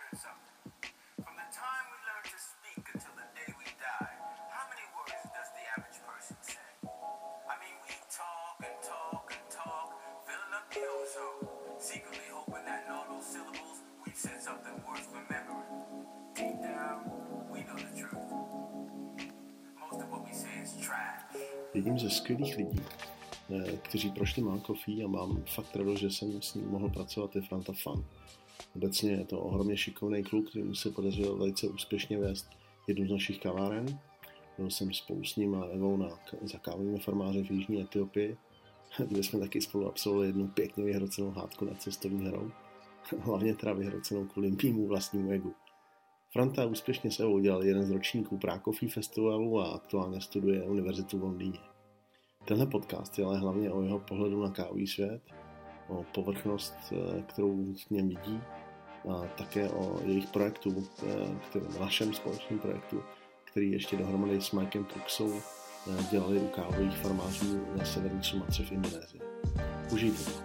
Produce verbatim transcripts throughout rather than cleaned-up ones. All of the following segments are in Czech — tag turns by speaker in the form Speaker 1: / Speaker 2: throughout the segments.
Speaker 1: learn something. From the time we learn to speak until the day we die, how many words does the average person say? I mean, we talk and talk and talk, filling up the ozone, secretly hoping that in all those syllables we've said something worth remembering. Deep down, we know the truth. Most of what we say is trash.
Speaker 2: Jedním ze skvělých lidí, kteří prošli Mount Coffee a mám fakt radost, že jsem s ním mohl pracovat, je Franta Fan. Obecně je to ohromně šikovný kluk, kterým se podařilo velice úspěšně vést jednu z našich kaváren. Byl jsem spolu s ním a Evou na, za kávovými farmáři v jižní Etiopii, kde jsme taky spolu absolvovali jednu pěkně vyhrocenou hádku nad cestovní hrou. Hlavně teda vyhrocenou kvůli mýmu vlastnímu egu. Franta úspěšně s Evou dělal jeden z ročníků Prague Coffee Festivalu a aktuálně studuje univerzitu v Londýně. Tenhle podcast je ale hlavně o jeho pohledu na kávový svět, o povrchnost, kterou v něm vidí, a také o jejich projektu, kterým, našem společném projektu, který ještě dohromady s Mikem Truxou dělali u kávových farmářů na severní Sumatře v Indonésii. Užijte to.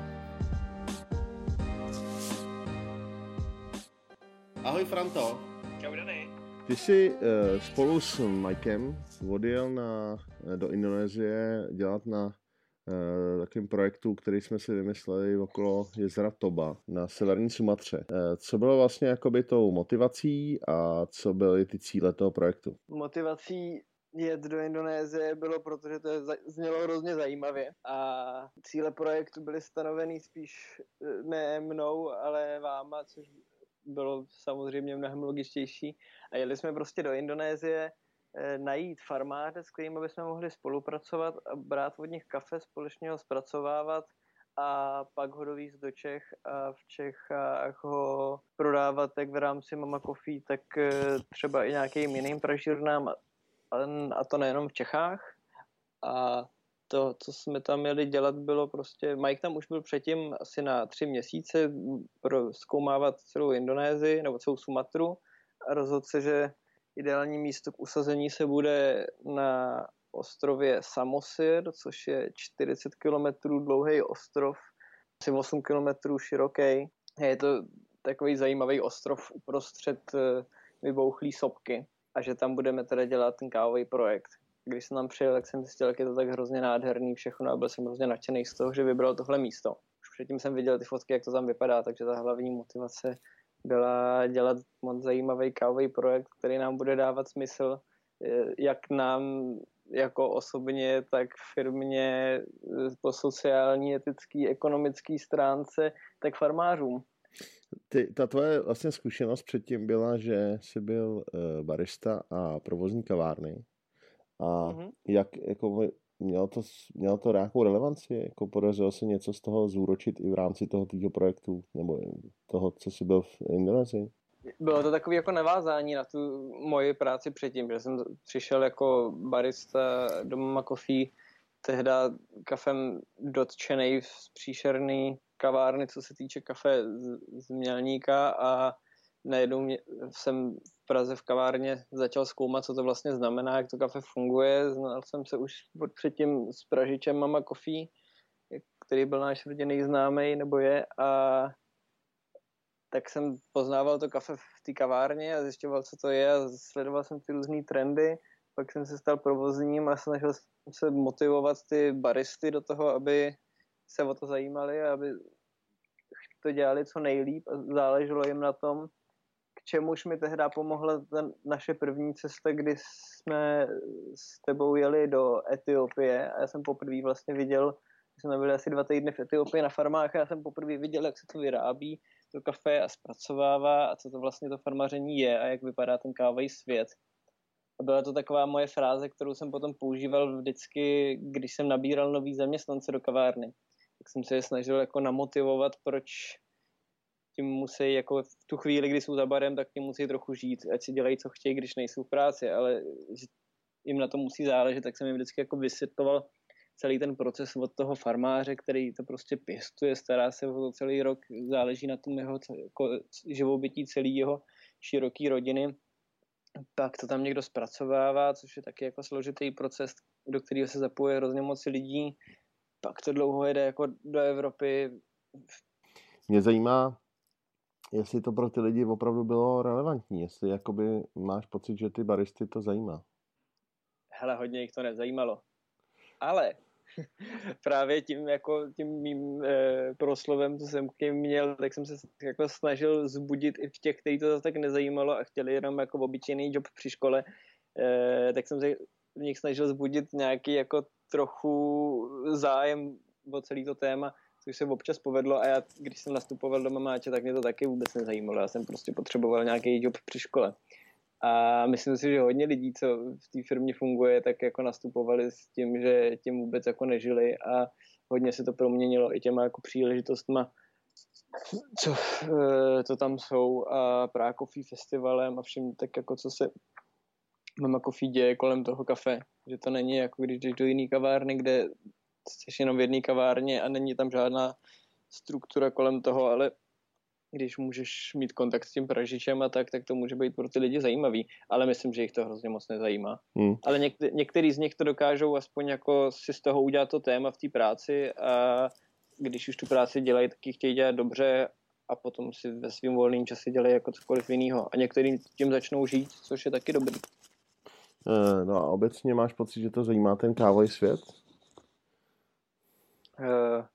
Speaker 2: Ahoj Franto.
Speaker 3: Čau Dany.
Speaker 2: Ty jsi uh, spolu s Mikem odjel na, do Indonésie dělat na uh, takovém projektu, který jsme si vymysleli okolo jezera Toba na severní Sumatře. Uh, co bylo vlastně jakoby tou motivací a co byly ty cíle toho projektu?
Speaker 3: Motivací jet do Indonésie bylo, protože to je, znělo hrozně zajímavě a cíle projektu byly stanoveny spíš ne mnou, ale váma, což bylo samozřejmě mnohem logičtější. A jeli jsme prostě do Indonésie eh, najít farmáře, s kterými bychom mohli spolupracovat a brát od nich kafe, společně ho zpracovávat a pak ho dovízt do Čech a v Čechách ho prodávat jak v rámci Mama Coffee, tak eh, třeba i nějakým jiným pražírnám a, a to nejenom v Čechách. A to, co jsme tam měli dělat, bylo prostě... Mike tam už byl předtím asi na tři měsíce pro zkoumávat celou Indonésii nebo celou Sumatru a rozhodl se, že ideální místo k usazení se bude na ostrově Samosir, což je čtyřicet kilometrů dlouhý ostrov, asi osm kilometrů široký. Je to takový zajímavý ostrov uprostřed vybouchlý sopky a že tam budeme teda dělat ten kávový projekt. Když jsem tam přijel, tak jsem zjistil, jak je to tak hrozně nádherný všechno a byl jsem hrozně nadšený z toho, že vybral tohle místo. Už předtím jsem viděl ty fotky, jak to tam vypadá, takže ta hlavní motivace byla dělat moc zajímavý kávový projekt, který nám bude dávat smysl, jak nám jako osobně, tak firmě po sociální, etický, ekonomický stránce, tak farmářům.
Speaker 2: Ty, ta tvoje vlastně zkušenost předtím byla, že jsi byl uh, barista a provozní kavárny. A mm-hmm. jak jako mělo to, mělo to nějakou relevanci? Jako podařilo se něco z toho zúročit i v rámci toho týho projektu nebo toho, co jsi byl v Indonésii?
Speaker 3: Bylo to takové jako navázání na tu moji práci předtím, že jsem přišel jako barista do Mama Coffee, tehda kafem dotčenej z příšerný kavárny, co se týče kafe z, z Mělníka a najednou jsem v Praze v kavárně začal zkoumat, co to vlastně znamená, jak to kafe funguje. Znal jsem se už předtím s pražičem Mama Coffee, který byl náš rodinný známý, nebo je, a tak jsem poznával to kafe v té kavárně a zjišťoval, co to je a sledoval jsem ty různý trendy. Pak jsem se stal provozním a snažil jsem se motivovat ty baristy do toho, aby se o to zajímali a aby to dělali co nejlíp a záleželo jim na tom, k čemuž mi tehdy pomohla ta naše první cesta, kdy jsme s tebou jeli do Etiopie a já jsem poprvé vlastně viděl, jsme byli asi dva týdny v Etiopii na farmách a já jsem poprvé viděl, jak se to vyrábí, to kafe a zpracovává a co to vlastně to farmaření je a jak vypadá ten kávový svět. A byla to taková moje fráze, kterou jsem potom používal vždycky, když jsem nabíral nový zaměstnance do kavárny. Tak jsem se je snažil jako namotivovat, proč tím musí jako v tu chvíli, kdy jsou za barem, tak tím musí trochu žít, ať si dělají, co chtějí, když nejsou v práci, ale jim na to musí záležet, tak jsem jim vždycky jako vysvětloval celý ten proces od toho farmáře, který to prostě pěstuje, stará se o to celý rok, záleží na tom jeho jako živobytí celý jeho široký rodiny. Pak to tam někdo zpracovává, což je taky jako složitý proces, do kterého se zapojuje hrozně moc lidí. Pak to dlouho jede jako do Evropy.
Speaker 2: Mě zajímá, jestli to pro ty lidi opravdu bylo relevantní, jestli jakoby máš pocit, že ty baristy to zajímá.
Speaker 3: Hele, hodně jich to nezajímalo. Ale právě tím, jako tím mým e, proslovem, co jsem k něm měl, tak jsem se jako snažil zbudit i v těch, kteří to zase tak nezajímalo a chtěli jenom jako obyčejný job při škole, e, tak jsem se v nich snažil zbudit nějaký jako trochu zájem o celý to téma, což se občas povedlo a já, když jsem nastupoval do Mamáče, tak mě to taky vůbec nezajímalo. Já jsem prostě potřeboval nějaký job při škole. A myslím si, že hodně lidí, co v té firmě funguje, tak jako nastupovali s tím, že tím vůbec jako nežili a hodně se to proměnilo i těma jako příležitostma, co, co tam jsou a Prague Coffee Festivalem a všem tak jako co se Mama Coffee děje kolem toho kafe. Že to není jako když jdeš do jiný kavárny, kde jsi jenom v jedné kavárně a není tam žádná struktura kolem toho, ale když můžeš mít kontakt s tím pražičem a tak, tak to může být pro ty lidi zajímavý. Ale myslím, že jich to hrozně moc nezajímá. Hmm. Ale něk- některý z nich to dokážou aspoň jako si z toho udělat to téma v té práci a když už tu práci dělají, tak ji chtějí dělat dobře a potom si ve svým volném čase dělají jako cokoliv jiného. A některým tím začnou žít, což je taky dobrý.
Speaker 2: E, no a obecně máš pocit, že to zajímá ten kávový svět?
Speaker 3: Uh,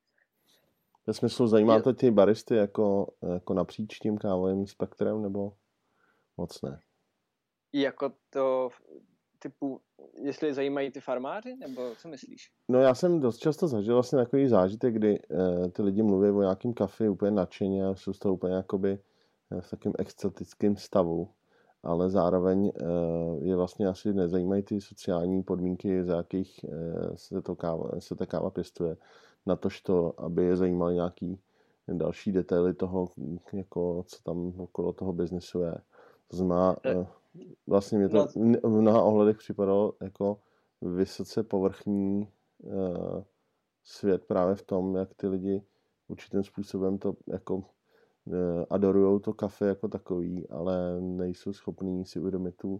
Speaker 2: Ve smyslu, zajímá to ty baristy jako, jako napříč tím kávovým spektrem, nebo moc ne?
Speaker 3: Jako to typu, jestli zajímají ty farmáři, nebo co myslíš?
Speaker 2: No já jsem dost často zažil vlastně takový zážitek, kdy uh, ty lidi mluví o nějakém kafi úplně nadšeně a jsou z toho úplně jakoby v takovém exotickém stavu, ale zároveň uh, je vlastně asi nezajímají ty sociální podmínky, za jakých uh, se, to káva, se ta káva pěstuje. Natož to, aby je zajímaly nějaký další detaily toho, jako, co tam okolo toho biznesu je. To znamená, vlastně mě to v mnoha ohledech připadalo jako vysoce povrchní uh, svět právě v tom, jak ty lidi určitým způsobem to jako uh, adorujou to kafe jako takový, ale nejsou schopní si uvědomit tu,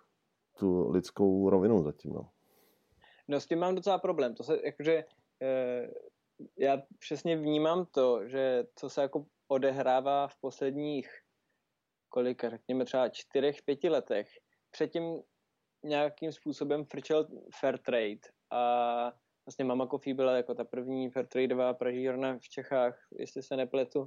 Speaker 2: tu lidskou rovinu zatím. No.
Speaker 3: no s tím mám docela problém. To se jakože uh... já přesně vnímám to, že co se jako odehrává v posledních kolika, řekněme třeba čtyřech, pěti letech. Předtím nějakým způsobem frčel fair trade a vlastně Mama Coffee byla jako ta první fair tradeová pražírna v Čechách, jestli se nepletu.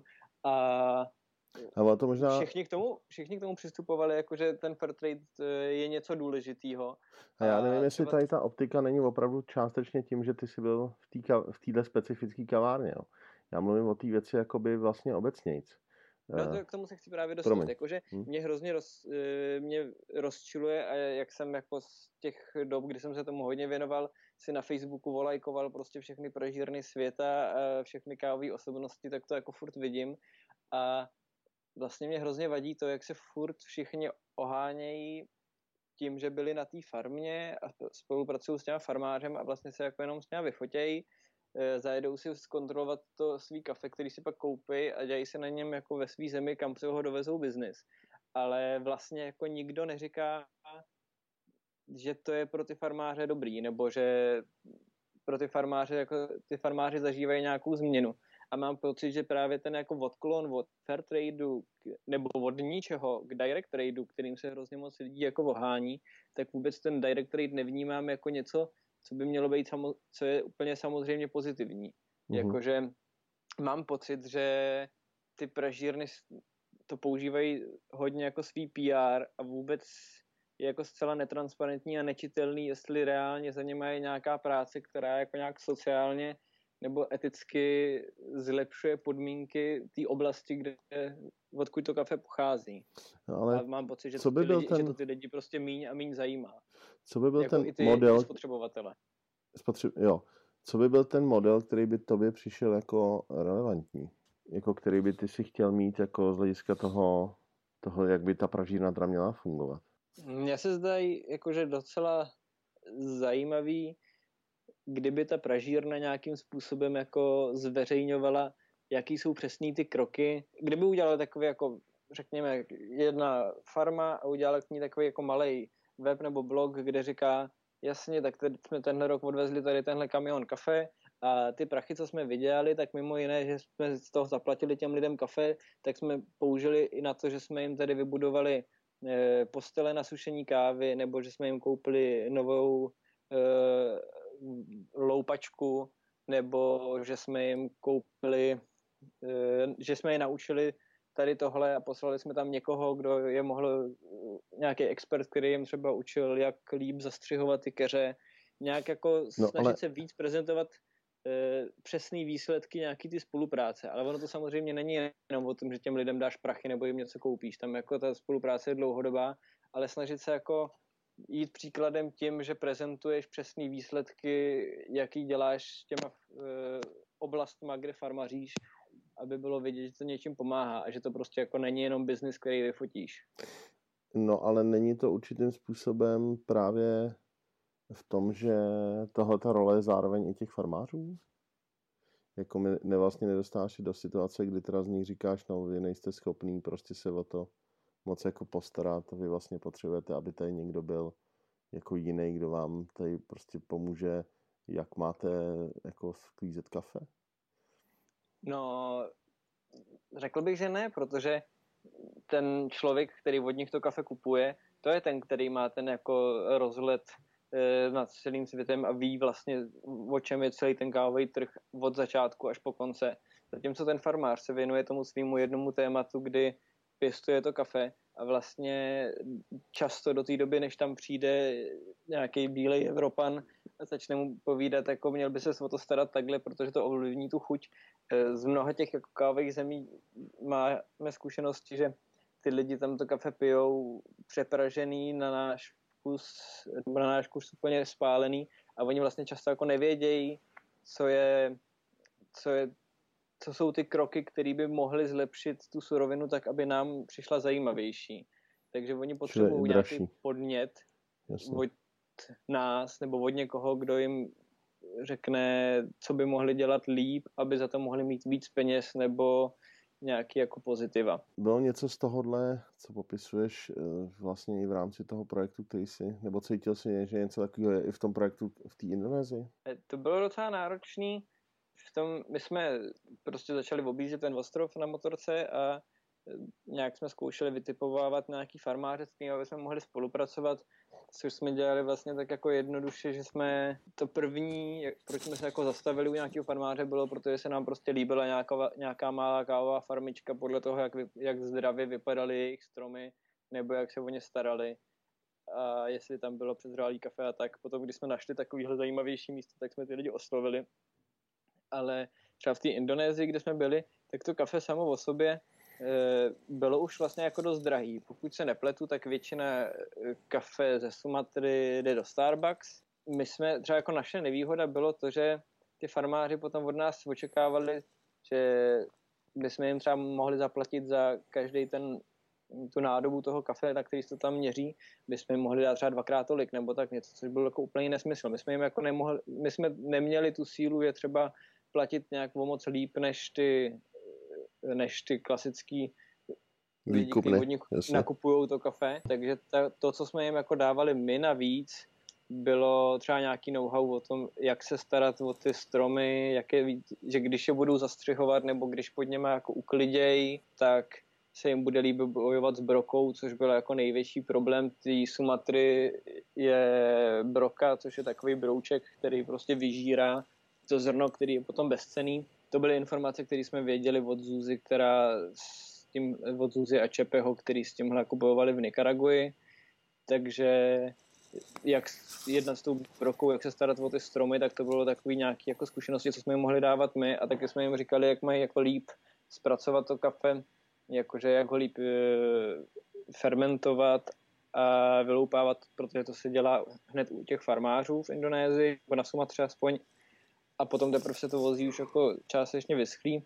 Speaker 3: A
Speaker 2: Ale to možná...
Speaker 3: všichni, k tomu, všichni k tomu přistupovali, jako že ten fair trade je něco důležitýho.
Speaker 2: A já nevím, jestli tady ta optika není opravdu částečně tím, že ty jsi byl v této v téhle specifické kavárně. Jo. Já mluvím o té věci jakoby vlastně obecnějc.
Speaker 3: No to, k tomu se chci právě dostat, jakože hmm. mě hrozně roz, mě rozčiluje a jak jsem jako z těch dob, kdy jsem se tomu hodně věnoval, si na Facebooku volajkoval prostě všechny pražírny světa a všechny kávové osobnosti, tak to jako furt vidím a vlastně mě hrozně vadí to, jak se furt všichni ohánějí tím, že byli na té farmě a spolupracují s těma farmářem a vlastně se jako jenom s těma vyfotějí, zajedou si zkontrolovat to svý kafe, který si pak koupí a dělají se na něm jako ve svý zemi, kam se ho dovezou biznis. Ale vlastně jako nikdo neříká, že to je pro ty farmáře dobrý, nebo že pro ty farmáře, jako ty farmáři zažívají nějakou změnu. A mám pocit, že právě ten jako odklon od fair tradeu nebo od ničeho k direct tradeu, kterým se hrozně moc lidí jako ohání, tak vůbec ten direct trade nevnímám jako něco, co by mělo být, samo, co je úplně samozřejmě pozitivní. Mm-hmm. Jakože mám pocit, že ty pražírny to používají hodně jako svý P R a vůbec je jako zcela netransparentní a nečitelný, jestli reálně za ně mají nějaká práce, která jako nějak sociálně nebo eticky zlepšuje podmínky té oblasti, kde, odkud to kafe pochází. No, ale a mám pocit, že,
Speaker 2: co by
Speaker 3: ty
Speaker 2: byl
Speaker 3: lidi,
Speaker 2: ten...
Speaker 3: že to ty lidi prostě míň a míň zajímá.
Speaker 2: Co by byl
Speaker 3: jako
Speaker 2: ten
Speaker 3: i ty,
Speaker 2: model...
Speaker 3: spotřebovatele.
Speaker 2: Spotřeb... Jo. Co by byl ten model, který by tobě přišel jako relevantní? Jako který by ty si chtěl mít jako z hlediska toho, toho jak by ta pražírna teda měla fungovat?
Speaker 3: Mně se zdají jakože docela zajímavý, kdyby ta pražírna nějakým způsobem jako zveřejňovala, jaký jsou přesný ty kroky, kdyby udělala takový jako, řekněme, jedna farma a udělala k ní takový jako malej web nebo blog, kde říká, jasně, tak teď jsme tenhle rok odvezli tady tenhle kamion kafe A ty prachy, co jsme vydělali, tak mimo jiné, že jsme z toho zaplatili těm lidem kafe, tak jsme použili i na to, že jsme jim tady vybudovali postele na sušení kávy, nebo že jsme jim koupili novou e, loupačku, nebo že jsme jim koupili, e, že jsme je naučili tady tohle a poslali jsme tam někoho, kdo je mohl, nějaký expert, který jim třeba učil, jak líp zastřihovat ty keře, nějak jako no, snažit ale... se víc prezentovat e, přesný výsledky nějaký ty spolupráce, ale ono to samozřejmě není jenom o tom, že těm lidem dáš prachy nebo jim něco koupíš, tam jako ta spolupráce je dlouhodobá, ale snažit se jako jít příkladem tím, že prezentuješ přesný výsledky, jaký děláš těma e, oblastma, kde farmaříš, aby bylo vidět, že to něčím pomáhá a že to prostě jako není jenom biznis, který vyfotíš.
Speaker 4: No ale není to určitým způsobem právě v tom, že tahleta role je zároveň i těch farmářů? Jako mi ne, vlastně nedostáváš do situace, kdy teda z nich říkáš, no vy nejste schopný prostě se o to moc jako postarat a vy vlastně potřebujete, aby tady někdo byl jako jiný, kdo vám tady prostě pomůže, jak máte jako sklízet kafe?
Speaker 3: No, řekl bych, že ne, protože ten člověk, který od nich to kafe kupuje, to je ten, který má ten jako rozhled e, nad celým světem a ví vlastně, o čem je celý ten kávový trh od začátku až po konce. Zatímco ten farmář se věnuje tomu svýmu jednomu tématu, kdy pěstuje to kafe a vlastně často do té doby, než tam přijde nějaký bílej Evropan a začne mu povídat, jako měl by se o to starat takhle, protože to ovlivní tu chuť. Z mnoha těch jako kávových zemí máme zkušenosti, že ty lidi tam to kafe pijou přepražený na náš vkus, nebo na náš vkus úplně spálený a oni vlastně často jako nevědějí, co je, co je co jsou ty kroky, které by mohly zlepšit tu surovinu tak, aby nám přišla zajímavější. Takže oni potřebují nějaký podnět Jasně. od nás nebo od někoho, kdo jim řekne, co by mohli dělat líp, aby za to mohli mít víc peněz nebo nějaký jako pozitiva.
Speaker 4: Bylo něco z tohohle, co popisuješ vlastně i v rámci toho projektu, který jsi, nebo cítil jsi, že něco takového je i v tom projektu v té Indonésii?
Speaker 3: To bylo docela náročný. V tom, my jsme prostě začali objíždět ten ostrov na motorce a nějak jsme zkoušeli vytipovávat nějaký farmáře, s kterými aby jsme mohli spolupracovat, což jsme dělali vlastně tak jako jednoduše, že jsme to první, proč jsme se jako zastavili u nějakého farmáře, bylo, protože se nám prostě líbila nějaká, nějaká malá kávová farmička podle toho, jak, jak zdravě vypadaly jejich stromy, nebo jak se o ně starali a jestli tam bylo přezrálý kafe a tak. Potom, když jsme našli takovýhle zajímavější místo, tak jsme ty lidi oslovili. Ale třeba v té Indonésii, kde jsme byli, tak to kafe samo o sobě e, bylo už vlastně jako dost drahý. Pokud se nepletu, tak většina kafe ze Sumatry jde do Starbucks. My jsme, třeba jako naše nevýhoda bylo to, že ty farmáři potom od nás očekávali, že bychom jim třeba mohli zaplatit za každý ten tu nádobu toho kafe, na který se to tam měří, bychom jim mohli dát třeba dvakrát tolik, nebo tak něco, což byl jako úplný nesmysl. My jsme jim jako nemohli, my jsme neměli tu sílu je třeba platit nějak o moc líp, než ty, než ty klasický lidi, kteří od nich nakupujou to kafe. Takže ta, to, co jsme jim jako dávali my navíc, bylo třeba nějaký know-how o tom, jak se starat o ty stromy, jak je, že když je budou zastřihovat, nebo když pod něma jako uklidějí, tak se jim bude líbit bojovat s brokou, což byl jako největší problém té Sumatry je broka, což je takový brouček, který prostě vyžírá to zrno, který je potom bezcenný. To byly informace, které jsme věděli od Zuzi, která s tím, od Zuzi a Čepeho, který s tímhle jako bojovali v Nikaraguji. Takže jak jednat s tou brokou, jak se starat o ty stromy, tak to bylo takový nějaký jako zkušenosti, co jsme jim mohli dávat my a taky jsme jim říkali, jak mají jako líp zpracovat to kafe, jakože jak ho líp e, fermentovat a vyloupávat, protože to se dělá hned u těch farmářů v Indonésii, nebo na Sumatře aspoň, a potom teprve se to vozí už jako částečně vyschlý.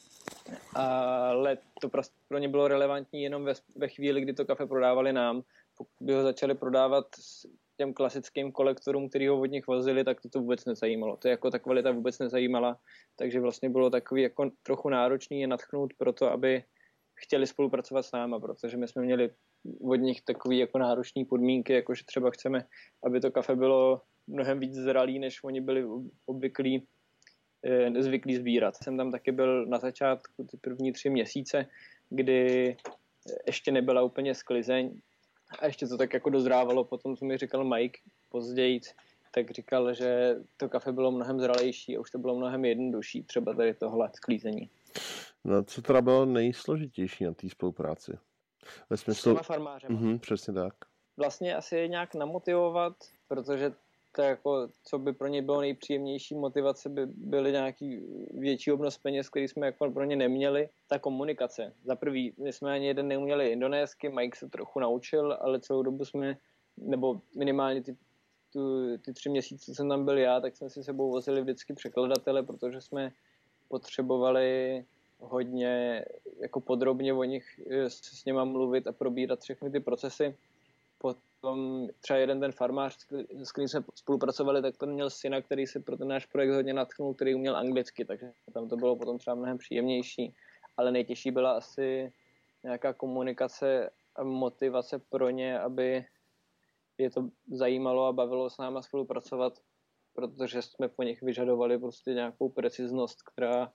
Speaker 3: Ale to pro ně bylo relevantní jenom ve, ve chvíli, kdy to kafe prodávali nám. Pokud by ho začali prodávat těm klasickým kolektorům, který ho od nich vozili, tak to, to vůbec nezajímalo. To jako ta kvalita vůbec nezajímala, takže vlastně bylo takový jako trochu náročný je natchnout pro to, aby chtěli spolupracovat s náma, protože my jsme měli od nich takový jako náročný podmínky, jakože třeba chceme, aby to kafe bylo mnohem víc zralý, než oni byli obvyklí zvyklý sbírat. Jsem tam taky byl na začátku ty první tři měsíce, kdy ještě nebyla úplně sklizeň a ještě to tak jako dozrávalo. Potom, co mi říkal Mike později, tak říkal, že to kafe bylo mnohem zralejší a už to bylo mnohem jednodušší, třeba tady tohle sklízení.
Speaker 4: No, co teda bylo nejsložitější na té spolupráci? Ve smyslu...
Speaker 3: S těma farmářema.
Speaker 4: Mhm, přesně tak.
Speaker 3: Vlastně asi je nějak namotivovat, protože to jako, co by pro ně bylo nejpříjemnější motivace, by byly nějaký větší obnos peněz, který jsme jako pro ně neměli. Ta komunikace. Za prvý, my jsme ani jeden neuměli indonésky, Mike se trochu naučil, ale celou dobu jsme, nebo minimálně ty, tu, ty tři měsíce, co jsem tam byl já, tak jsme si sebou vozili vždycky překladatele, protože jsme potřebovali hodně jako podrobně o nich s, s něma mluvit a probírat všechny ty procesy. Potom třeba jeden ten farmář, s kterým jsme spolupracovali, tak ten měl syna, který se pro ten náš projekt hodně nadchnul, který uměl anglicky, takže tam to bylo potom třeba mnohem příjemnější. Ale nejtěžší byla asi nějaká komunikace a motivace pro ně, aby je to zajímalo a bavilo s náma spolupracovat, protože jsme po nich vyžadovali prostě nějakou preciznost, která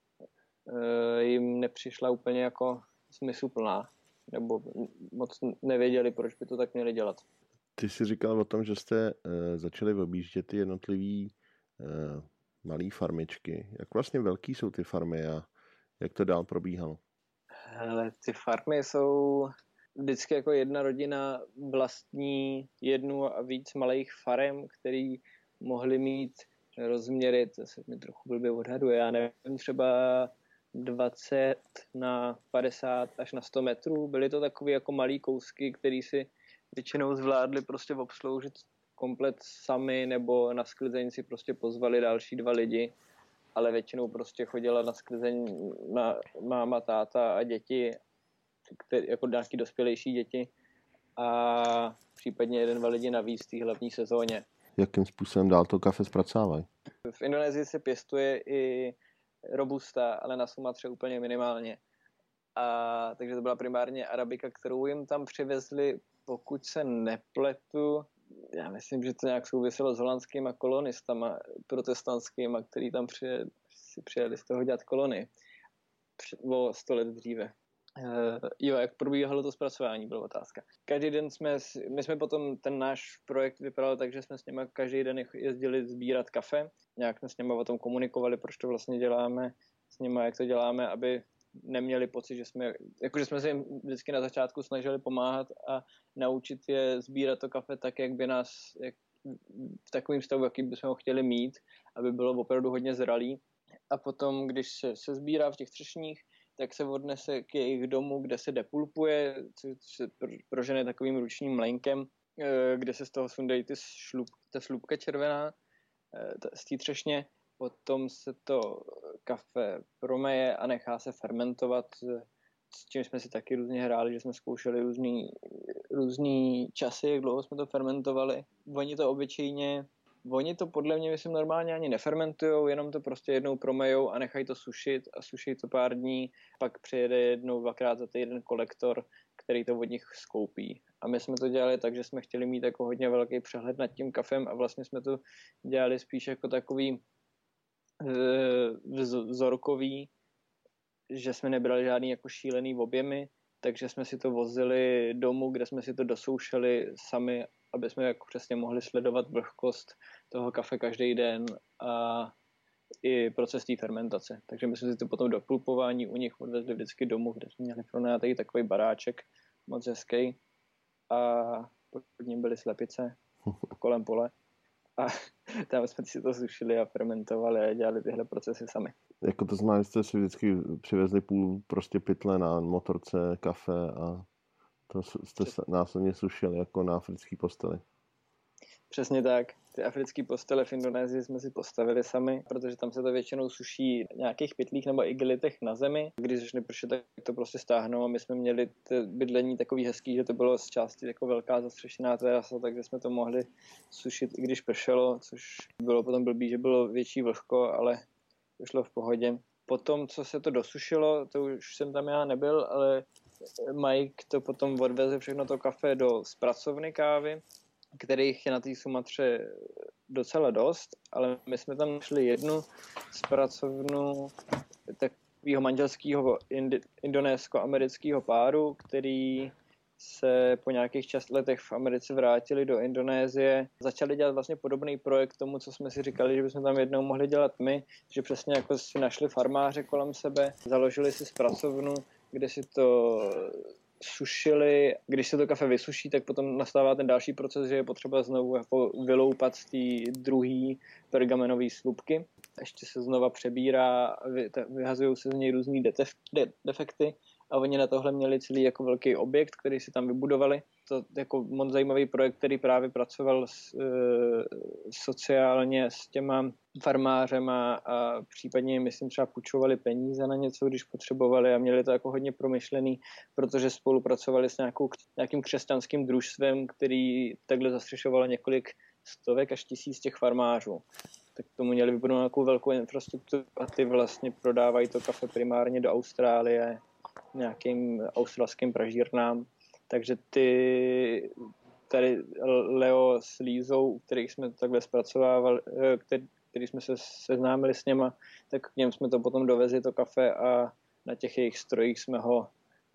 Speaker 3: e, jim nepřišla úplně jako smysluplná. Nebo moc nevěděli, proč by to tak měli dělat.
Speaker 4: Ty jsi říkal o tom, že jste uh, začali objíždět ty jednotlivý uh, malý farmičky. Jak vlastně velký jsou ty farmy a jak to dál probíhalo?
Speaker 3: Hele, ty farmy jsou vždycky jako jedna rodina vlastní jednu a víc malých farem, který mohli mít rozměry, to se mi trochu blbě odhaduje, já nevím, třeba dvacet na padesát až na sto metrů. Byly to takové jako malý kousky, které si většinou zvládli prostě obsloužit komplet sami, nebo na sklizeň si prostě pozvali další dva lidi, ale většinou prostě chodila na sklizeň na máma, táta a děti, který, jako nějaký dospělejší děti a případně jeden, dva lidi navíc v té hlavní sezóně.
Speaker 4: Jakým způsobem dál to kafe zpracovávají?
Speaker 3: V Indonésii se pěstuje i robusta, ale na Sumatře úplně minimálně. A, takže to byla primárně arabika, kterou jim tam přivezli, pokud se nepletu. Já myslím, že to nějak souviselo s holandskýma kolonistama protestantskýma, který tam přijeli, si přijeli z toho dělat kolony o sto let dříve. Uh, jo, jak probíhalo to zpracování, byla otázka. Každý den jsme, my jsme potom, ten náš projekt vypadal tak, že jsme s nimi každý den jezdili sbírat kafe. Nějak jsme s nimi o tom komunikovali, proč to vlastně děláme s nimi, jak to děláme, aby neměli pocit, že jsme, jakože jsme se jim vždycky na začátku snažili pomáhat a naučit je sbírat to kafe tak, jak by nás, jak, v takovém stavu, jaký bychom ho chtěli mít, aby bylo opravdu hodně zralý. A potom, když se, se sbírá v těch třešních, tak se odnese k jejich domu, kde se depulpuje, což se prožene takovým ručním mlejnkem, kde se z toho sundají ty šlup, ta slupka červená z té třešně. Potom se to kafe promeje a nechá se fermentovat, s čím jsme si taky různě hráli, že jsme zkoušeli různý, různý časy, jak dlouho jsme to fermentovali. Oni to obyčejně, oni to podle mě, myslím, normálně ani nefermentujou, jenom to prostě jednou promejou a nechají to sušit a suší to pár dní, pak přijede jednou, dvakrát za týden kolektor, který to od nich skoupí. A my jsme to dělali tak, že jsme chtěli mít jako hodně velký přehled nad tím kafem a vlastně jsme to dělali spíš jako takový vzorkový, že jsme nebrali žádný jako šílený objemy, takže jsme si to vozili domů, kde jsme si to dosoušeli sami, aby jsme jako přesně mohli sledovat vlhkost toho kafe každý den a i proces té fermentace. Takže my jsme si to potom do pulpování u nich odvezli vždycky domů, kde jsme měli pronajatý takový baráček, moc hezký, a pod ním byly slepice kolem pole. A tam jsme si to sušili a fermentovali a dělali tyhle procesy sami.
Speaker 4: Jako to znamená, že jste si vždycky přivezli půl prostě pytle na motorce, kafe a to jste následně sušili jako na africký posteli.
Speaker 3: Přesně tak. Ty africké postele v Indonésii jsme si postavili sami, protože tam se to většinou suší v nějakých pytlích nebo igelitech na zemi. Když začne pršet, tak to prostě stáhnou a my jsme měli bydlení takový hezký, že to bylo z části jako velká zastřešená terasa, takže jsme to mohli sušit, i když pršelo, což bylo potom blbý, že bylo větší vlhko, ale to šlo v pohodě. Potom, co se to dosušilo, to už jsem tam já nebyl, ale Mike to potom odvezl všechno to kafe do zpracovny kávy, kterých je na té Sumatře docela dost, ale my jsme tam našli jednu zpracovnu takového manželského indonésko-amerického páru, který se po nějakých čas letech v Americe vrátili do Indonésie. Začali dělat vlastně podobný projekt tomu, co jsme si říkali, že bychom tam jednou mohli dělat my, že přesně jako si našli farmáře kolem sebe, založili si zpracovnu, kde si to sušili. Když se to kafe vysuší, tak potom nastává ten další proces, že je potřeba znovu jako vyloupat z té druhé pergamenové slupky. Ještě se znova přebírá, vyhazují se z něj různý defekty a oni na tohle měli celý jako velký objekt, který si tam vybudovali. To jako moc zajímavý projekt, který právě pracoval s, e, sociálně s těma farmářema a případně myslím třeba půjčovali peníze na něco, když potřebovali a měli to jako hodně promyšlený, protože spolupracovali s nějakou, nějakým křesťanským družstvem, který takhle zastřešovalo několik stovek až tisíc těch farmářů. Tak tomu měli vybudovat nějakou velkou infrastrukturu a ty vlastně prodávají to kafe primárně do Austrálie, nějakým australským pražírnám. Takže ty tady Leo s Lízou, kterých jsme takhle zpracovávali, který, který jsme se seznámili s něma, tak k něm jsme to potom dovezli to kafe a na těch jejich strojích jsme ho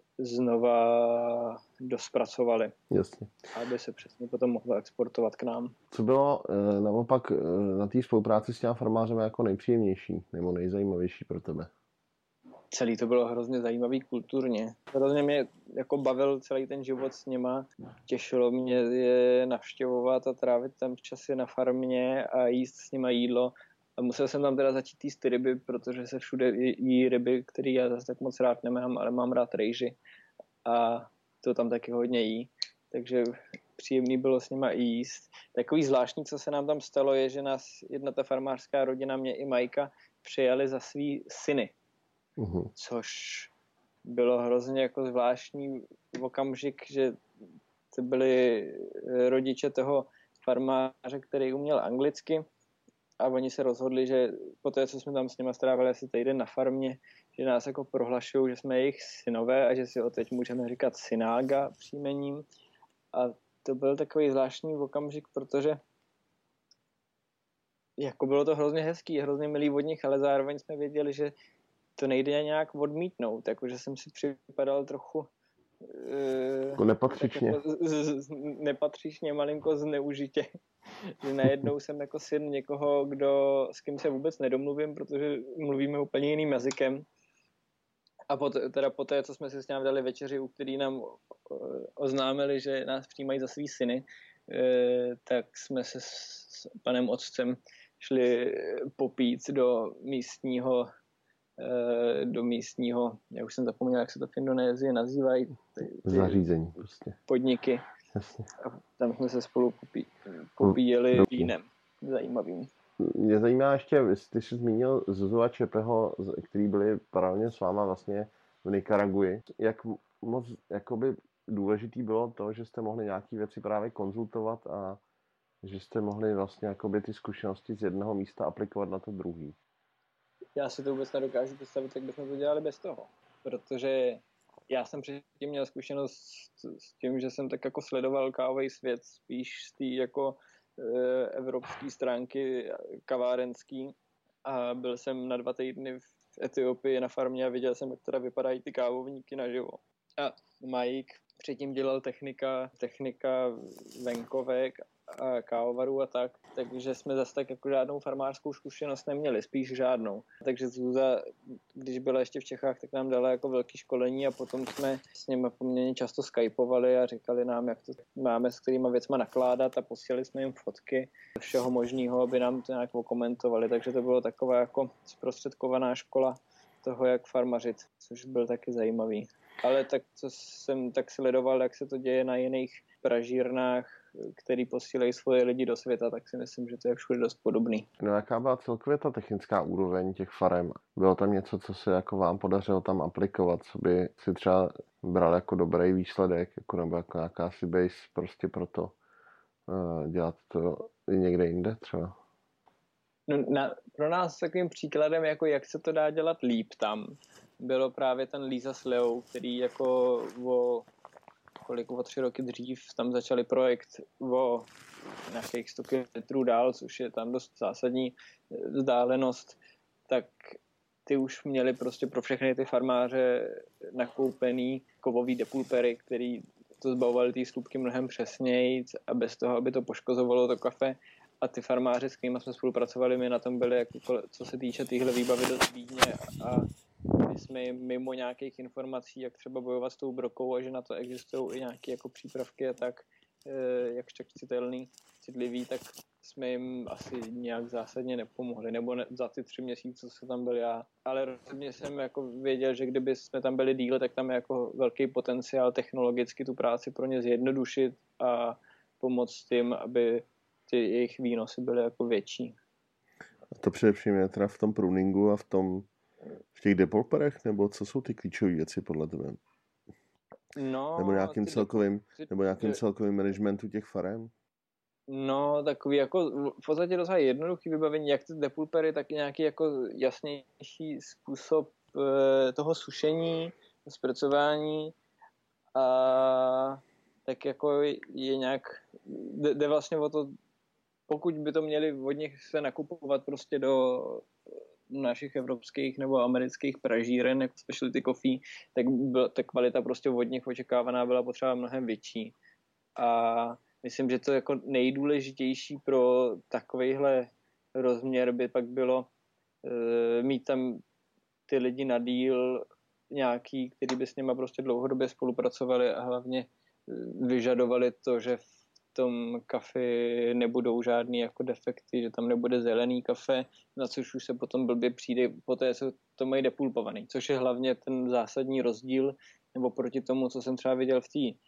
Speaker 3: znova dospracovali.
Speaker 4: Jasně.
Speaker 3: Aby se přesně potom mohlo exportovat k nám.
Speaker 4: Co bylo e, naopak e, na té spolupráci s těma farmářem jako nejpříjemnější nebo nejzajímavější pro tebe?
Speaker 3: Celý to bylo hrozně zajímavý kulturně. Hrozně mě jako bavil celý ten život s něma. Těšilo mě je navštěvovat a trávit tam časy na farmě a jíst s nima jídlo. A musel jsem tam teda začít jíst ty ryby, protože se všude jí ryby, který já zase tak moc rád nemám, ale mám rád rejži. A to tam taky hodně jí. Takže příjemný bylo s nima jíst. Takový zvláštní, co se nám tam stalo, je, že nás jedna ta farmářská rodina, mě i Majka, přijali za svý syny. Uhum. Což bylo hrozně jako zvláštní okamžik, že to byli rodiče toho farmáře, který uměl anglicky a oni se rozhodli, že po té, co jsme tam s nimi strávili asi týden na farmě, že nás jako prohlašují, že jsme jejich synové a že si ho teď můžeme říkat synága příjmením. A to byl takový zvláštní okamžik, protože jako bylo to hrozně hezký, hrozně milý od nich, ale zároveň jsme věděli, že to nejde nějak odmítnout, jakože jsem si připadal trochu
Speaker 4: jako nepatřičně.
Speaker 3: Jako z, z, nepatřičně, malinko zneužitě. Že najednou jsem jako syn někoho, kdo, s kým se vůbec nedomluvím, protože mluvíme úplně jiným jazykem. A pot, teda po té, co jsme si s ním dali večeři, u který nám oznámili, že nás přijímají za svý syny, tak jsme se s panem otcem šli popít do místního do místního, já už jsem zapomněl, jak se to v Indonésii nazývají. Ty, ty
Speaker 4: zařízení prostě.
Speaker 3: Podniky.
Speaker 4: Jasně.
Speaker 3: A tam jsme se spolu popí, popíjeli Dobrý. vínem. Zajímavým.
Speaker 4: Mě zajímá ještě, ty jsi zmínil Zuzu a Čepeho, který byli paralelně s váma vlastně v Nikaraguji. Jak moc jakoby důležitý bylo to, že jste mohli nějaké věci právě konzultovat a že jste mohli vlastně jakoby ty zkušenosti z jednoho místa aplikovat na to druhý?
Speaker 3: Já si to vůbec nedokážu představit, jak bychom to dělali bez toho. Protože já jsem předtím měl zkušenost s tím, že jsem tak jako sledoval kávový svět spíš z té jako e, evropské stránky kavárenský. A byl jsem na dva týdny v Etiopii na farmě a viděl jsem, jak teda vypadají ty kávovníky naživo. A Mike předtím dělal technika, technika venkovek a kávovarů a tak, takže jsme zase tak jako žádnou farmářskou zkušenost neměli, spíš žádnou. Takže Zúza, když byla ještě v Čechách, tak nám dala jako velké školení a potom jsme s nimi poměrně často skypovali a říkali nám, jak to máme, s kterýma věcma nakládat a posílali jsme jim fotky všeho možného, aby nám to nějak okomentovali, takže to bylo taková jako zprostředkovaná škola toho, jak farmařit, což byl taky zajímavý. Ale tak co jsem tak sledoval, jak se to děje na jiných pražírnách, který posílají svoje lidi do světa, tak si myslím, že to je všude dost podobný.
Speaker 4: No jaká byla celkově ta technická úroveň těch farem? Bylo tam něco, co se jako vám podařilo tam aplikovat, co by si třeba bral jako dobrý výsledek, jako nebo jako nějaká si base prostě pro to uh, dělat to i někde jinde třeba?
Speaker 3: No, na, pro nás takovým příkladem, jako jak se to dá dělat líp tam, bylo právě ten Líza s Leou, který jako o kolik o tři roky dřív tam začali projekt o nějakých sto kilometrů dál, což je tam dost zásadní vzdálenost, tak ty už měli prostě pro všechny ty farmáře nakoupený kovový depulpery, který to zbavovali ty slupky mnohem přesněji a bez toho, aby to poškozovalo to kafe. A ty farmáři, s kterými jsme spolupracovali, my na tom byli, jako, co se týče téhle výbavy, dost bídně a my jsme jim mimo nějakých informací, jak třeba bojovat s tou brokou a že na to existují i nějaké jako přípravky a tak, jak citelný, citlivý, tak jsme jim asi nějak zásadně nepomohli, nebo ne, za ty tři měsíce, co jsem tam byl já. Ale rozhodně jsem jako věděl, že kdyby jsme tam byli díle, tak tam je jako velký potenciál technologicky tu práci pro ně zjednodušit a pomoct tím, aby ty jejich výnosy byly jako větší.
Speaker 4: A to především je teda v tom pruningu a v tom v těch depulperech, nebo co jsou ty klíčové věci podle tebe?
Speaker 3: No,
Speaker 4: nebo nějakým
Speaker 3: ty,
Speaker 4: celkovým,
Speaker 3: ty,
Speaker 4: nebo nějakým
Speaker 3: ty,
Speaker 4: celkovým managementu těch farem?
Speaker 3: No, takový jako v podstatě docela jednoduchý vybavení, jak ty depulpery, tak i nějaký jako jasnější způsob e, toho sušení, zpracování a tak jako je nějak, jde, jde vlastně o to, pokud by to měli od nich se nakupovat prostě do našich evropských nebo amerických pražíren, jako specialty coffee, tak byla, ta kvalita prostě od nich očekávaná byla potřeba mnohem větší. A myslím, že to jako nejdůležitější pro takovejhle rozměr by pak bylo e, mít tam ty lidi na díl nějaký, kteří by s nima prostě dlouhodobě spolupracovali a hlavně vyžadovali to, že v tom kafi nebudou žádný jako defekty, že tam nebude zelený kafe, na což už se potom blbě přijde, poté se to mají depulpovaný, což je hlavně ten zásadní rozdíl, nebo proti tomu, co jsem třeba viděl v té e,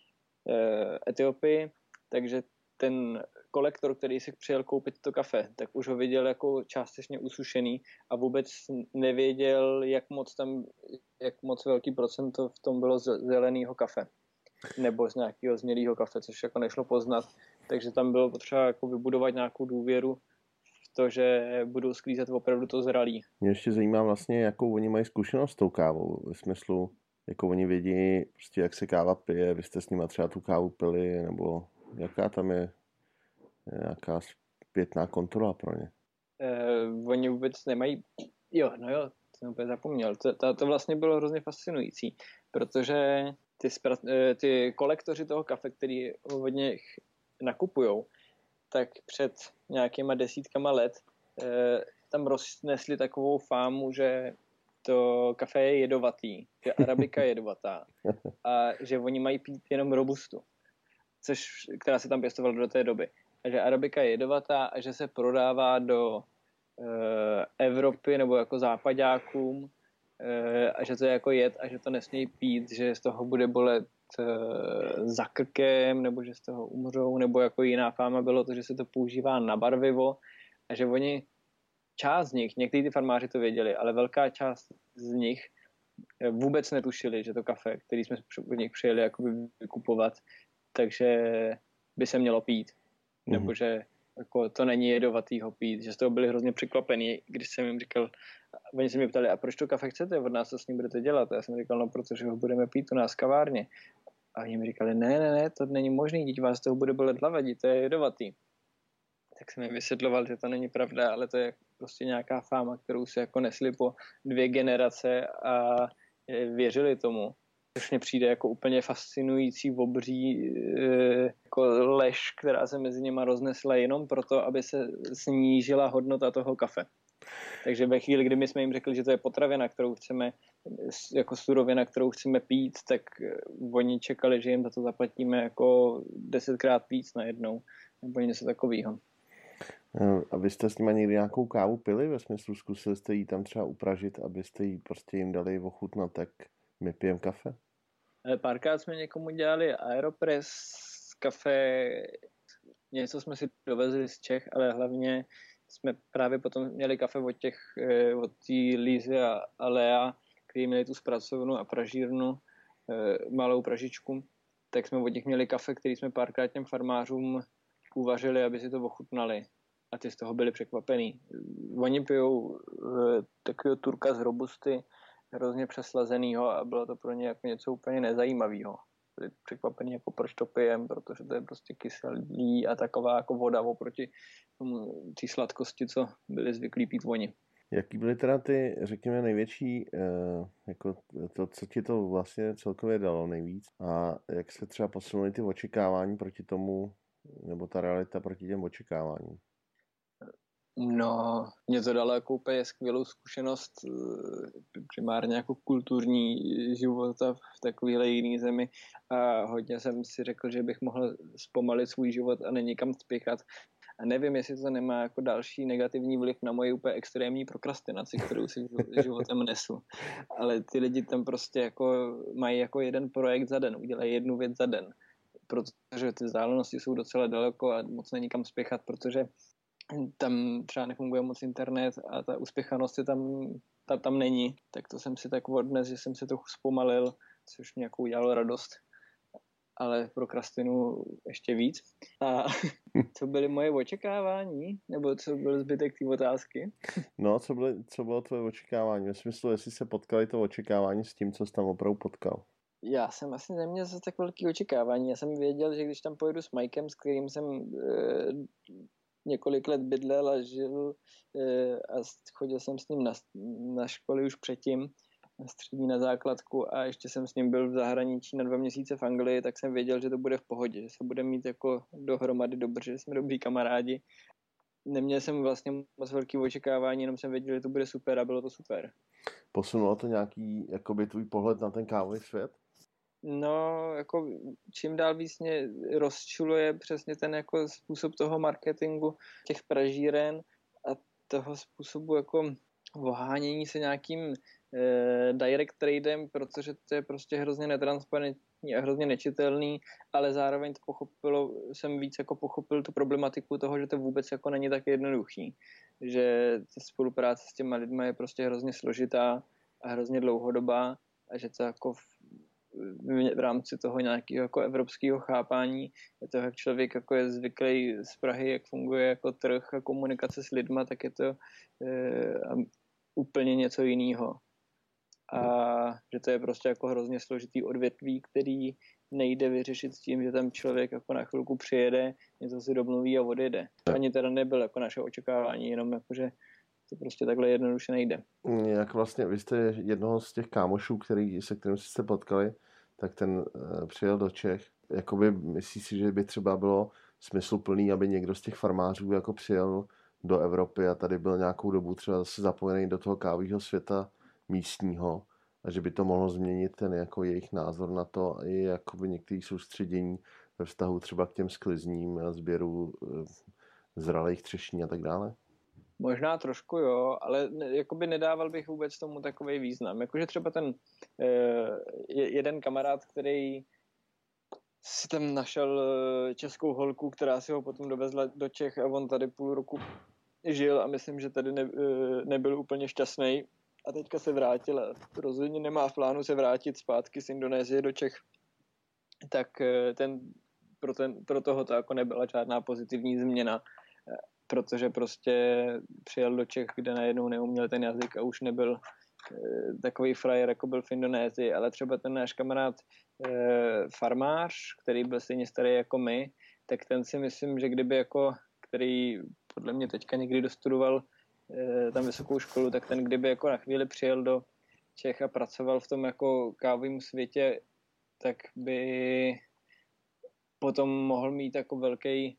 Speaker 3: Etiopii, takže ten kolektor, který si přijel koupit to kafe, tak už ho viděl jako částečně usušený a vůbec nevěděl, jak moc tam, jak moc velký procento v tom bylo z zeleného kafe nebo z nějakého změlého kafe, což jako nešlo poznat. Takže tam bylo potřeba jako vybudovat nějakou důvěru v to, že budou sklízet opravdu to zralý.
Speaker 4: Mě ještě zajímá vlastně, jakou oni mají zkušenost s tou kávou, ve smyslu, jako oni vědí, prostě jak se káva pije, vy jste s nima třeba tu kávu pili, nebo jaká tam je nějaká zpětná kontrola pro ně?
Speaker 3: Eh, oni vůbec nemají, jo, no jo, to jsem úplně zapomněl, to, to, to vlastně bylo hrozně fascinující, protože ty, spra, eh, ty kolektoři toho kafe, který od nich nakupujou, tak před nějakýma desítkama let eh, tam roznesli takovou fámu, že to kafe je jedovatý, že arabika je jedovatá a že oni mají pít jenom robustu, což, která se tam pěstovala do té doby. A že arabika je jedovatá a že se prodává do e, Evropy nebo jako západákům e, a že to je jako jed a že to nesmějí pít, že z toho bude bolet e, za krkem nebo že z toho umřou, nebo jako jiná fáma bylo to, že se to používá na barvivo a že oni, část z nich, někteří ty farmáři to věděli, ale velká část z nich vůbec netušili, že to kafe, který jsme od nich přijeli jakoby vykupovat, takže by se mělo pít. Mm. Nebo že jako, to není jedovatýho pít, že z toho byli hrozně překvapení, když jsem jim říkal, oni se mě ptali, a proč to kafe chcete, od nás to s ním budete dělat? A já jsem říkal, no protože ho budeme pít u nás v kavárně. A oni mi říkali, ne, ne, ne, to není možný, dítě vás toho bude bolet hlava, to je jedovatý. Tak jsem jim vysvětloval, že to není pravda, ale to je prostě nějaká fáma, kterou si jako nesli po dvě generace a věřili tomu. Což mě přijde jako úplně fascinující obří jako lež, která se mezi nimi roznesla jenom proto, aby se snížila hodnota toho kafe. Takže ve chvíli, kdy my jsme jim řekli, že to je potravina, kterou chceme, jako surovina, kterou chceme pít, tak oni čekali, že jim za to zaplatíme jako desetkrát víc najednou, nebo něco takového.
Speaker 4: A vy jste s nimi někdy nějakou kávu pili? Ve smyslu zkusili jste jí tam třeba upražit, abyste jí prostě jim dali ochutnat, tak my pijeme kafe?
Speaker 3: Párkrát jsme někomu dělali Aeropress kafe, něco jsme si dovezli z Čech, ale hlavně jsme právě potom měli kafe od těch, od té Lízy a, a Lea, který měli tu zpracovnu a pražírnu, malou pražičku, tak jsme od nich měli kafe, který jsme párkrát těm farmářům uvařili, aby si to ochutnali. A ty z toho byli překvapený. Oni pijou takového turka z robusty, hrozně přeslazenýho a bylo to pro ně jako něco úplně nezajímavého. byli překvapení, jako proč to pijem, protože to je prostě kyselý a taková jako voda oproti tomu té sladkosti, co byli zvyklí pít oni.
Speaker 4: Jaký byly teda ty, řekněme, největší, jako to, co ti to vlastně celkově dalo nejvíc a jak se třeba posunuly ty očekávání proti tomu, nebo ta realita proti těm očekáváním?
Speaker 3: No, mě to dalo jako úplně skvělou zkušenost, primárně jako kulturní života v takovéhle jiný zemi a hodně jsem si řekl, že bych mohl zpomalit svůj život a nenikam spěchat. A nevím, jestli to nemá jako další negativní vliv na moji úplně extrémní prokrastinaci, kterou si životem nesu. Ale ty lidi tam prostě jako mají jako jeden projekt za den, udělají jednu věc za den, protože ty vzdálenosti jsou docela daleko a moc není kam spěchat, protože tam třeba nefunguje moc internet a ta uspěchanost je tam, ta, tam není. Tak to jsem si tak odnes, že jsem si trochu zpomalil, což mě jako udělalo radost. Ale prokrastinu ještě víc. A co byly moje očekávání? Nebo co byl zbytek té otázky?
Speaker 4: No, co, byly, co bylo tvoje očekávání? Ve smyslu, jestli se potkali to očekávání s tím, co jsi tam opravdu potkal.
Speaker 3: Já jsem asi neměl zase tak velký očekávání. Já jsem věděl, že když tam pojedu s Mikem, s kterým jsem e, několik let bydlel a žil e, a chodil jsem s ním na, na školy už předtím, na střední, na základku a ještě jsem s ním byl v zahraničí na dva měsíce v Anglii, tak jsem věděl, že to bude v pohodě, že se bude mít jako dohromady dobře, že jsme dobrý kamarádi. Neměl jsem vlastně moc velký očekávání, jenom jsem věděl, že to bude super a bylo to super.
Speaker 4: Posunulo to nějaký jakoby tvůj pohled na ten kávový svět?
Speaker 3: No, jako čím dál víc mě rozčuluje přesně ten jako způsob toho marketingu těch pražíren a toho způsobu jako ohánění se nějakým eh, direct tradem, protože to je prostě hrozně netransparentní a hrozně nečitelný, ale zároveň to pochopilo, jsem víc jako pochopil tu problematiku toho, že to vůbec jako není tak jednoduchý. Že ta spolupráce s těma lidma je prostě hrozně složitá a hrozně dlouhodobá a že to jako v, v rámci toho nějakého jako evropského chápání je to, jak člověk jako je zvyklý z Prahy, jak funguje jako trh a komunikace s lidma, tak je to eh, úplně něco jiného. A že to je prostě jako hrozně složitý odvětví, který nejde vyřešit s tím, že tam člověk jako na chvilku přijede, něco si domluví a odjede. Ani teda nebyl jako naše očekávání, jenom jako, že to prostě takhle jednoduše nejde.
Speaker 4: Jak vlastně, vy jste jednoho z těch kámošů, který, se kterým jste se potkali, tak ten uh, přijel do Čech. Jakoby myslíš si, že by třeba bylo smysluplný, aby někdo z těch farmářů jako přijel do Evropy a tady byl nějakou dobu třeba zase zapojený do toho kávového světa místního a že by to mohlo změnit ten jako jejich názor na to a i jakoby některé soustředění ve vztahu třeba k těm sklizním a sběru uh, zralých třešní a tak dále?
Speaker 3: Možná trošku jo, ale ne, jakoby nedával bych vůbec tomu takovej význam. Jakože třeba ten eh, jeden kamarád, který si tam našel českou holku, která si ho potom dovezla do Čech a on tady půl roku žil a myslím, že tady ne, nebyl úplně šťastný a teďka se vrátil a rozhodně nemá v plánu se vrátit zpátky z Indonésie do Čech. Tak ten, pro, ten, pro toho to jako nebyla žádná pozitivní změna, protože prostě přijel do Čech, kde najednou neuměl ten jazyk a už nebyl takový frajer, jako byl v Indonésii, ale třeba ten náš kamarád eh, farmář, který byl stejně starý jako my, tak ten si myslím, že kdyby jako, který podle mě teďka někdy dostudoval eh, tam vysokou školu, tak ten kdyby jako na chvíli přijel do Čech a pracoval v tom jako kávovém světě, tak by potom mohl mít jako velký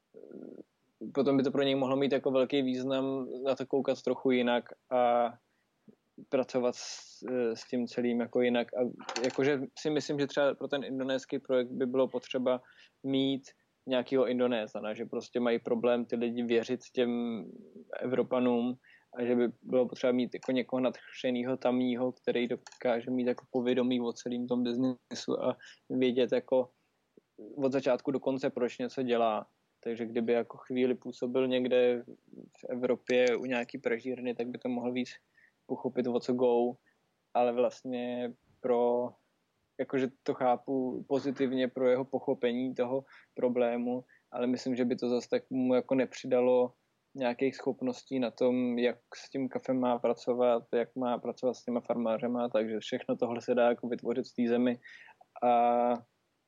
Speaker 3: potom by to pro něj mohlo mít jako velký význam na to koukat trochu jinak a pracovat s, s tím celým jako jinak. A jakože si myslím, že třeba pro ten indonéský projekt by bylo potřeba mít nějakého Indonézana, že prostě mají problém ty lidi věřit těm Evropanům a že by bylo potřeba mít jako někoho nadšenýho tamního, který dokáže mít jako povědomí o celém tom biznesu a vědět jako od začátku do konce, proč něco dělá. Takže kdyby jako chvíli působil někde v Evropě u nějaký pražírny, tak by to mohl víc pochopit, o co go, ale vlastně pro, jakože to chápu pozitivně pro jeho pochopení toho problému, ale myslím, že by to zase tak mu jako nepřidalo nějakých schopností na tom, jak s tím kafem má pracovat, jak má pracovat s těma farmářema, takže všechno tohle se dá jako vytvořit v té zemi a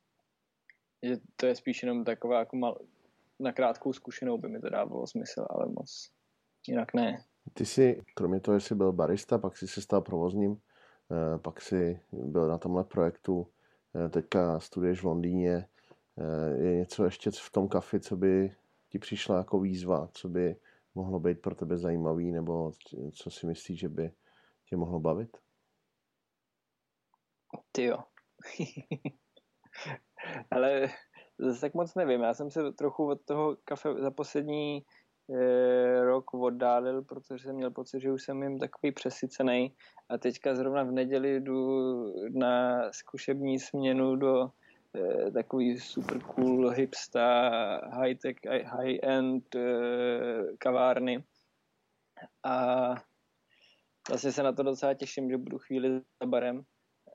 Speaker 3: že to je spíš jenom taková jako mal, na krátkou zkušenou by mi to dávalo smysl, ale moc jinak ne.
Speaker 4: Ty jsi, kromě toho, že jsi byl barista, pak jsi se stal provozním, pak jsi byl na tomhle projektu, teďka studuješ v Londýně. Je něco ještě v tom kafi, co by ti přišla jako výzva, co by mohlo být pro tebe zajímavý, nebo co si myslíš, že by tě mohlo bavit?
Speaker 3: Ty jo. Ale zase tak moc nevím. Já jsem se trochu od toho kafe za poslední eh, rok oddálil, protože jsem měl pocit, že už jsem jim takový přesycený. A teďka zrovna v neděli jdu na zkušební směnu do eh, takový super cool hipsta, high-tech, high-end eh, kavárny. A vlastně se na to docela těším, že budu chvíli za barem.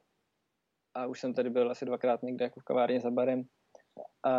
Speaker 3: A už jsem tady byl asi dvakrát někde jako v kavárně za barem. A,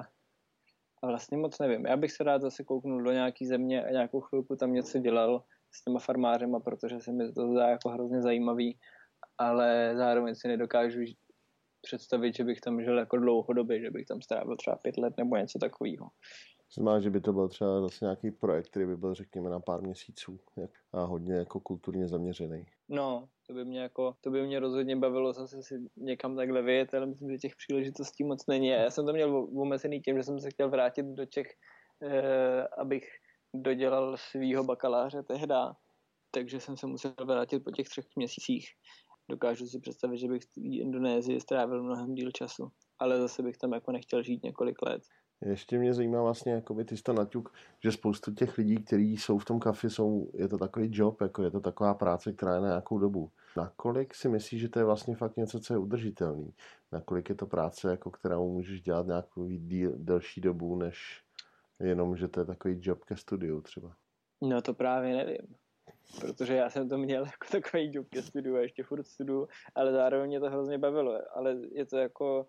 Speaker 3: a vlastně moc nevím. Já bych se rád zase kouknul do nějaký země a nějakou chvilku tam něco dělal s těma farmářema, protože se mi to zdá jako hrozně zajímavý, ale zároveň si nedokážu představit, že bych tam žil jako dlouhodobě, že bych tam strávil třeba pět let nebo něco takového.
Speaker 4: Znamená, že by to byl třeba zase nějaký projekt, který by byl, řekněme, na pár měsíců a hodně jako kulturně zaměřený.
Speaker 3: No, to by mě jako, to by mě rozhodně bavilo zase si někam takhle vyjet, ale myslím, že těch příležitostí moc není. Já jsem to měl omezený tím, že jsem se chtěl vrátit do Čech, eh, abych dodělal svýho bakaláře tehda, takže jsem se musel vrátit po těch třech měsících. Dokážu si představit, že bych v Indonésii strávil mnohem díl času, ale zase bych tam jako nechtěl žít několik let.
Speaker 4: Ještě mě zajímá vlastně, jakoby ty jsi to naťuk, že spoustu těch lidí, kteří jsou v tom kafi, jsou, je to takový job, jako je to taková práce, která je na nějakou dobu. Nakolik si myslíš, že to je vlastně fakt něco, co je udržitelný? Nakolik je to práce, jako kterou můžeš dělat nějakou díl, delší dobu, než jenom, že to je takový job ke studiu třeba?
Speaker 3: No to právě nevím. Protože já jsem to měl jako takový job ke studiu a ještě furt studiu, ale zároveň mě to hrozně bavilo. Ale je to jako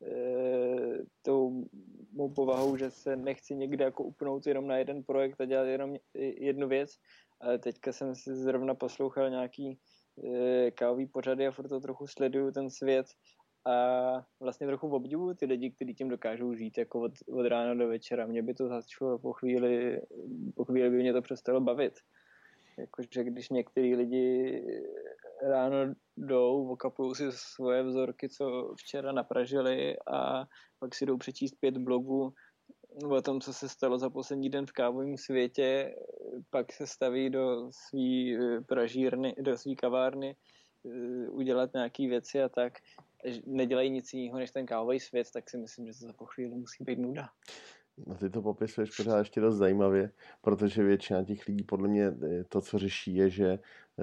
Speaker 3: e, tou mou povahou, že se nechci někde jako upnout jenom na jeden projekt a dělat jenom jednu věc. Ale teďka jsem si zrovna poslouchal nějaký e, kávový pořady a furt to trochu sleduju ten svět a vlastně trochu obdivuju ty lidi, kteří tím dokážou žít jako od, od rána do večera. Mě by to začalo po chvíli, po chvíli by mě to přestalo bavit. Jakože když některý lidi ráno jdou, okapujou si svoje vzorky, co včera napražili a pak si jdou přečíst pět blogů o tom, co se stalo za poslední den v kávovém světě, pak se staví do svý pražírny, do svý kavárny udělat nějaký věci a tak. Nedělají nic jiného než ten kávový svět, tak si myslím, že to za po chvíli musí být nuda.
Speaker 4: No ty to popisuješ pořád ještě dost zajímavě, protože většina těch lidí podle mě to, co řeší, je, že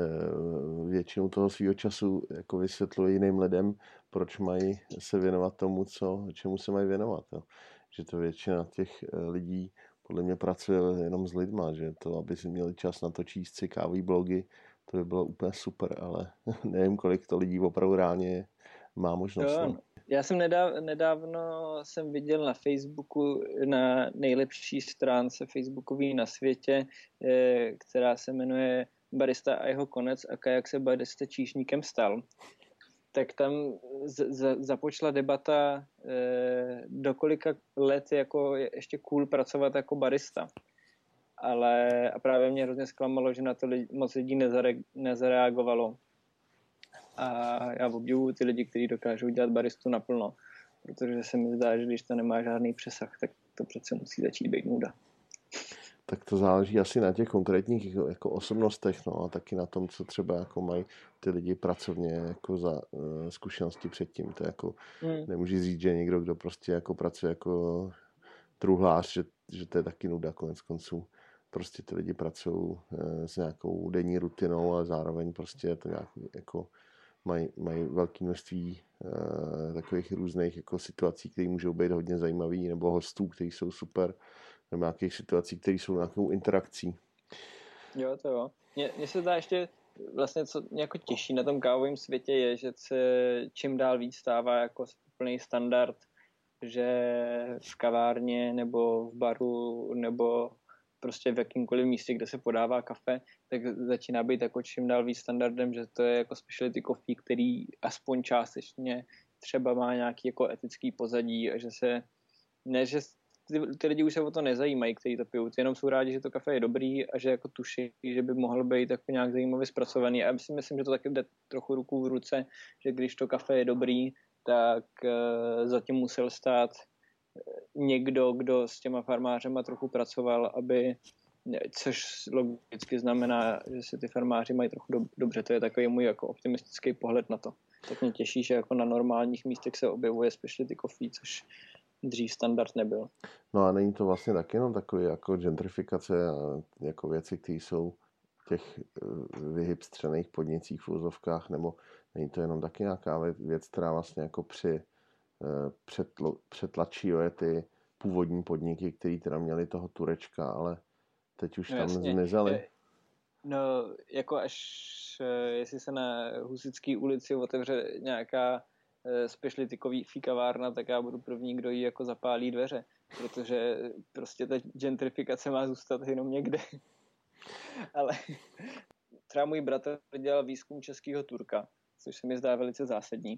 Speaker 4: většinou toho svýho času jako vysvětluje jiným lidem, proč mají se věnovat tomu, co, čemu se mají věnovat. Jo. Že to většina těch lidí podle mě pracuje jenom s lidma, že to, aby si měli čas na to číst si kávový blogy, to by bylo úplně super, ale nevím, kolik to lidí opravdu reálně má možnost.
Speaker 3: Jo, já jsem nedáv, nedávno jsem viděl na Facebooku, na nejlepší stránce Facebookový na světě, která se jmenuje Barista a jeho konec a jak se barista číšníkem stal. Tak tam z, z, započala debata, do kolika let jako je ještě cool pracovat jako barista. Ale a právě mě hrozně zklamalo, že na to lidi, moc lidí nezare, nezareagovalo. A já obdivuju ty lidi, kteří dokážou dělat baristu naplno, protože se mi zdá, že když to nemá žádný přesah, tak to přece musí začít být nuda.
Speaker 4: Tak to záleží asi na těch konkrétních jako, jako osobnostech, no a taky na tom, co třeba jako mají ty lidi pracovně jako za uh, zkušenosti předtím. To jako hmm. nemůže říct, že někdo, kdo prostě jako pracuje jako truhlář, že, že to je taky nuda konec konců. Prostě ty lidi pracují uh, s nějakou denní rutinou, ale zároveň prostě je to nějak jako mají, mají velké množství uh, takových různých jako situací, které můžou být hodně zajímavé, nebo hostů, kteří jsou super, nebo nějakých situací, které jsou nějakou interakcí.
Speaker 3: Jo, to jo. Mně se zdá ještě vlastně, co mě jako těší na tom kávovém světě je, že se čím dál víc stává jako úplný standard, že v kavárně nebo v baru nebo prostě v jakýmkoliv místě, kde se podává kafe, tak začíná být jako čím dál víc standardem, že to je jako specialty coffee, který aspoň částečně třeba má nějaký jako etický pozadí a že se, ne, že ty, ty lidi už se o to nezajímají, kteří to pijou, ty jenom jsou rádi, že to kafe je dobrý a že jako tuší, že by mohlo být jako nějak zajímavě zpracovaný. A já si myslím, že to taky jde trochu ruku v ruce, že když to kafe je dobrý, tak uh, zatím musel stát někdo, kdo s těma farmářema trochu pracoval, aby, což logicky znamená, že se ty farmáři mají trochu do, dobře. To je takový můj jako optimistický pohled na to. Tak mě těší, že jako na normálních místech se objevuje specialty coffee, což dřív standard nebyl.
Speaker 4: No a není to vlastně taky jenom takový jako gentrifikace a jako věci, které jsou v těch vyhipstřených podnicích v úzovkách, nebo není to jenom taky nějaká věc, která vlastně jako při Přetl, přetlačí jo, ty původní podniky, které teda měli toho Turečka, ale teď už no, tam jasně. zmizely.
Speaker 3: No, jako až jestli se na Husitské ulici otevře nějaká specialty coffee kavárna, tak já budu první, kdo jí jako zapálí dveře, protože prostě ta gentrifikace má zůstat jenom někde. Ale třeba můj bratr dělal výzkum českého Turka, což se mi zdá velice zásadní.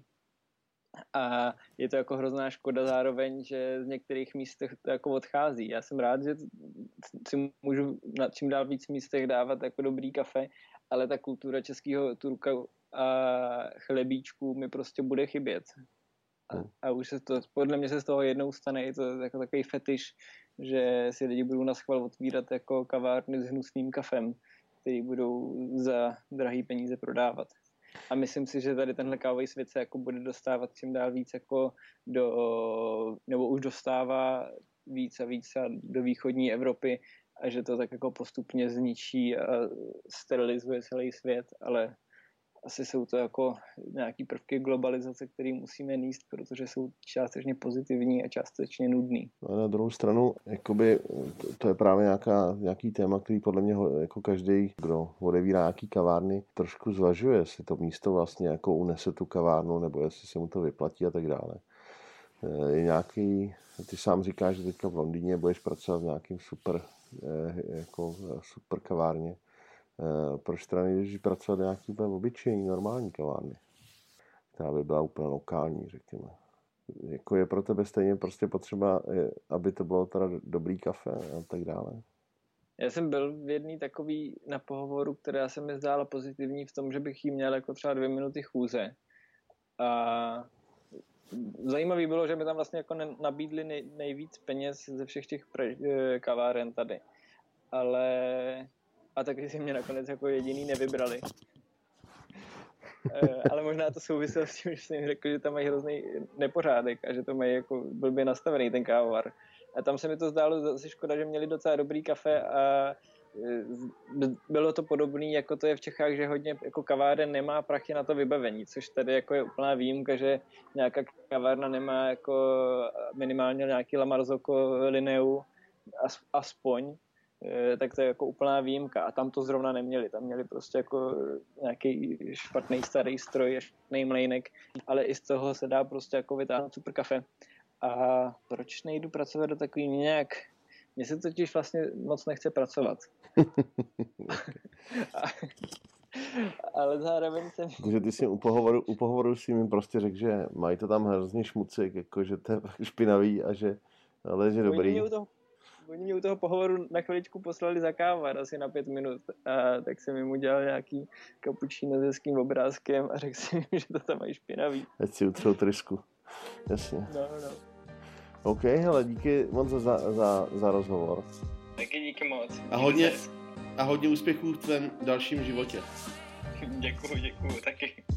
Speaker 3: A je to jako hrozná škoda zároveň, že z některých místech to jako odchází. Já jsem rád, že si můžu na čím dál víc místech dávat jako dobrý kafe, ale ta kultura českého Turka a chlebíčků mi prostě bude chybět. A, a už se to, podle mě se z toho jednou stane, je to jako takový fetiš, že si lidi budou naschvál otvírat jako kavárny s hnusným kafem, který budou za drahý peníze prodávat. A myslím si, že tady tenhle kávový svět se jako bude dostávat čím dál víc jako do, nebo už dostává víc a víc do východní Evropy a že to tak jako postupně zničí a sterilizuje celý svět, ale asi jsou to jako nějaký prvky globalizace, které musíme níst, protože jsou částečně pozitivní a částečně nudný.
Speaker 4: A na druhou stranu, jakoby, to, to je právě nějaká, nějaký téma, který podle mě jako každý, kdo odevírá nějaký kavárny, trošku zvažuje, jestli to místo vlastně jako unese tu kavárnu, nebo jestli se mu to vyplatí a tak dále. Je nějaký, ty sám říkáš, že teďka v Londýně budeš pracovat v nějakým super, jako super kavárně. Proč teda nejdeš pracovat nějaký úplně obyčejný, normální kavárny, která by byla úplně lokální, řekněme. Jako je pro tebe stejně prostě potřeba, aby to bylo teda dobrý kafe a tak dále.
Speaker 3: Já jsem byl v jedný takový na pohovoru, která se mi zdála pozitivní v tom, že bych jí měl jako třeba dvě minuty chůze. A zajímavý bylo, že mi tam vlastně jako nabídli nej, nejvíc peněz ze všech těch kaváren tady. Ale a taky si mě nakonec jako jediný nevybrali. e, ale možná to souviselo s tím, že jsem jim řekl, že tam mají hrozný nepořádek a že to mají jako blbě nastavený ten kávovar. A tam se mi to zdálo zase škoda, že měli docela dobrý kafe a bylo to podobné, jako to je v Čechách, že hodně jako kaváren nemá prachy na to vybavení, což tady jako je úplná výjimka, že nějaká kavárna nemá jako minimálně nějaký La Marzocco Lineu aspoň, tak to je jako úplná výjimka. A tam to zrovna neměli. Tam měli prostě jako nějaký špatný starý stroj, špatný mlejnek, ale i z toho se dá prostě jako vytáhnout super kafe. A proč nejdu pracovat do takový nějak... Mně se totiž vlastně moc nechce pracovat. a, ale zároveň jsem...
Speaker 4: Takže ty si u pohovoru, u pohovoru si mi prostě řekl, že mají to tam hrozně šmucik, jako že to je špinavý a že, ale že dobrý.
Speaker 3: Oni mě u toho pohovoru na chviličku poslali za kávar, asi na pět minut. A tak jsem jim udělal nějaký kapučíno s hezkým obrázkem a řekl jsem jim, že to tam mají špinavý.
Speaker 4: Ať si utřel trysku. Jasně.
Speaker 3: No, no.
Speaker 4: OK, hele, díky moc za, za, za rozhovor.
Speaker 3: Taky díky moc.
Speaker 2: A hodně, a hodně úspěchů v tvém dalším životě.
Speaker 3: Děkuju, děkuju, taky.